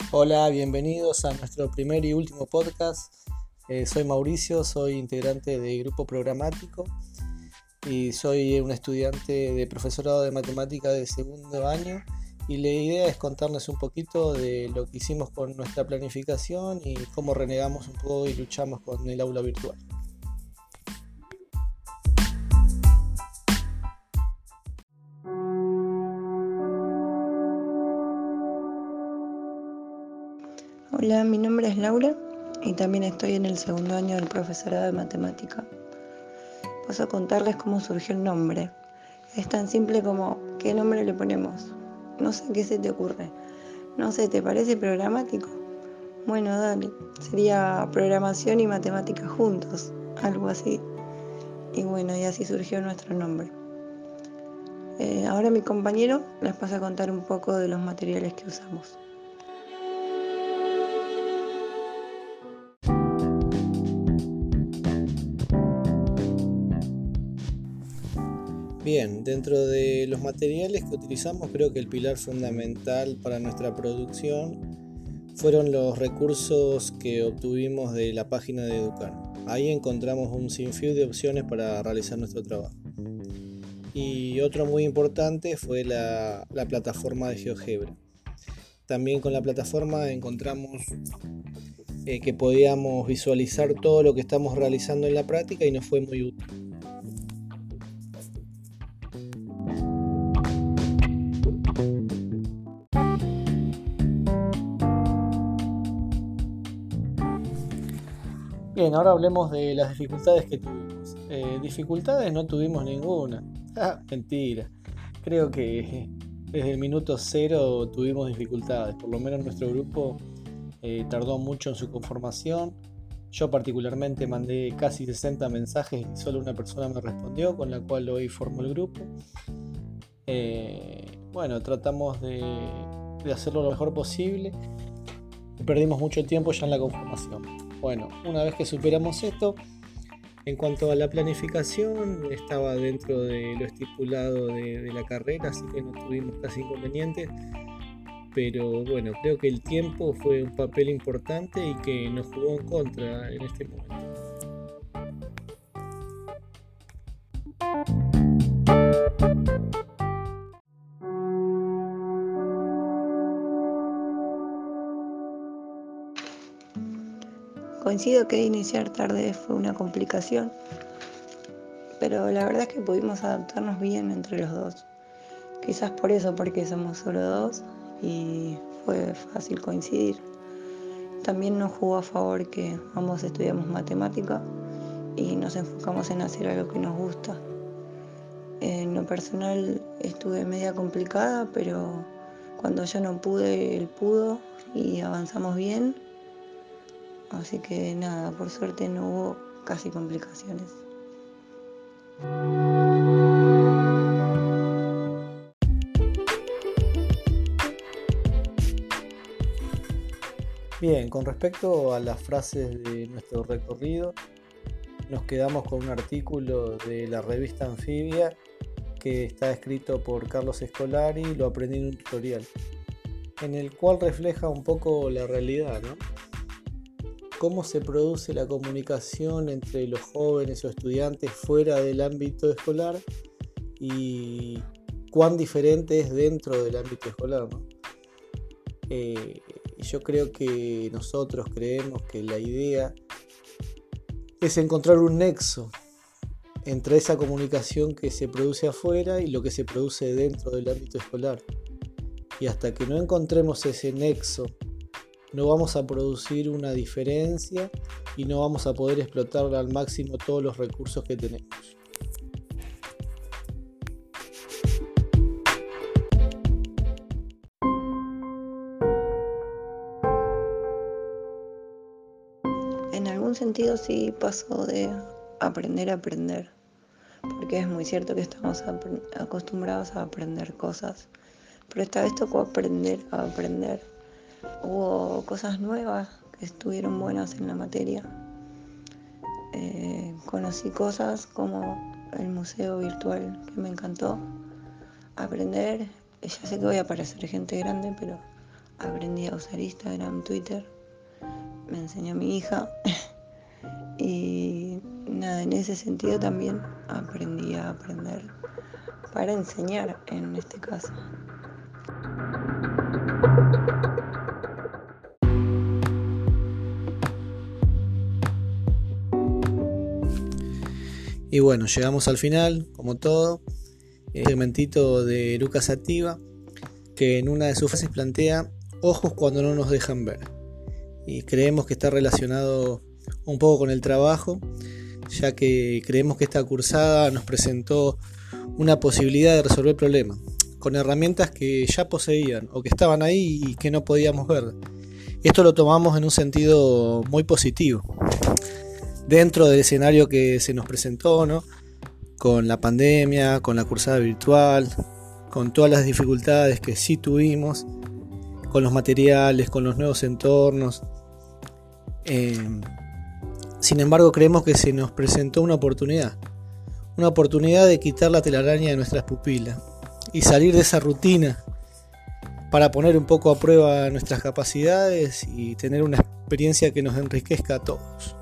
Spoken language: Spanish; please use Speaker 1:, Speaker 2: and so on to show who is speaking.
Speaker 1: Hola, bienvenidos a nuestro primer y último podcast. Soy Mauricio, soy integrante del grupo programático y soy un estudiante de profesorado de matemática de segundo año, y la idea es contarles un poquito de lo que hicimos con nuestra planificación y cómo renegamos un poco y luchamos con el aula virtual.
Speaker 2: Hola, mi nombre es Laura y también estoy en el segundo año del profesorado de matemática. Paso a contarles cómo surgió el nombre. Es tan simple como, ¿qué nombre le ponemos? No sé qué se te ocurre. No sé, ¿te parece programático? Bueno, dale. Sería programación y matemática juntos, algo así. Y bueno, y así surgió nuestro nombre. Ahora mi compañero les pasa a contar un poco de los materiales que usamos.
Speaker 1: Bien, dentro de los materiales que utilizamos, creo que el pilar fundamental para nuestra producción fueron los recursos que obtuvimos de la página de Educar. Ahí encontramos un sinfín de opciones para realizar nuestro trabajo. Y otro muy importante fue la plataforma de GeoGebra. También con la plataforma encontramos que podíamos visualizar todo lo que estamos realizando en la práctica y nos fue muy útil. Bien, ahora hablemos de las dificultades que tuvimos. Dificultades no tuvimos ninguna. Mentira. Creo que desde el minuto cero tuvimos dificultades. Por lo menos nuestro grupo tardó mucho en su conformación. Yo particularmente mandé casi 60 mensajes y solo una persona me respondió, con la cual hoy formo el grupo. Bueno, tratamos de hacerlo lo mejor posible y perdimos mucho tiempo ya en la conformación. Bueno, una vez que superamos esto, en cuanto a la planificación, estaba dentro de lo estipulado de la carrera, así que no tuvimos casi inconvenientes. Pero bueno, creo que el tiempo fue un papel importante y que nos jugó en contra en este momento.
Speaker 2: Coincido que iniciar tarde fue una complicación, pero la verdad es que pudimos adaptarnos bien entre los dos. Quizás por eso, porque somos solo dos y fue fácil coincidir. También nos jugó a favor que ambos estudiamos matemática y nos enfocamos en hacer algo que nos gusta. En lo personal estuve media complicada, pero cuando yo no pude, él pudo y avanzamos bien. Así que nada, por suerte no hubo casi complicaciones.
Speaker 1: Bien, con respecto a las frases de nuestro recorrido, nos quedamos con un artículo de la revista Anfibia que está escrito por Carlos Escolari, lo aprendí en un tutorial, en el cual refleja un poco la realidad, ¿no? Cómo se produce la comunicación entre los jóvenes o estudiantes fuera del ámbito escolar y cuán diferente es dentro del ámbito escolar, ¿no? Yo creo que nosotros creemos que la idea es encontrar un nexo entre esa comunicación que se produce afuera y lo que se produce dentro del ámbito escolar. Y hasta que no encontremos ese nexo, no vamos a producir una diferencia y no vamos a poder explotar al máximo todos los recursos que tenemos.
Speaker 2: En algún sentido sí pasó de aprender a aprender, porque es muy cierto que estamos acostumbrados a aprender cosas, pero esta vez tocó aprender a aprender. Hubo cosas nuevas que estuvieron buenas en la materia. Conocí cosas como el museo virtual, que me encantó. Aprender, ya sé que voy a parecer gente grande, pero aprendí a usar Instagram, Twitter, me enseñó mi hija y nada, en ese sentido también aprendí a aprender para enseñar en este caso.
Speaker 1: Y bueno, llegamos al final, como todo, el segmentito de Eruca Sativa, que en una de sus frases plantea ojos cuando no nos dejan ver. Y creemos que está relacionado un poco con el trabajo, ya que creemos que esta cursada nos presentó una posibilidad de resolver problemas, con herramientas que ya poseían o que estaban ahí y que no podíamos ver. Esto lo tomamos en un sentido muy positivo. Dentro del escenario que se nos presentó, ¿no? Con la pandemia, con la cursada virtual, con todas las dificultades que sí tuvimos, con los materiales, con los nuevos entornos. Sin embargo, creemos que se nos presentó una oportunidad de quitar la telaraña de nuestras pupilas y salir de esa rutina para poner un poco a prueba nuestras capacidades y tener una experiencia que nos enriquezca a todos.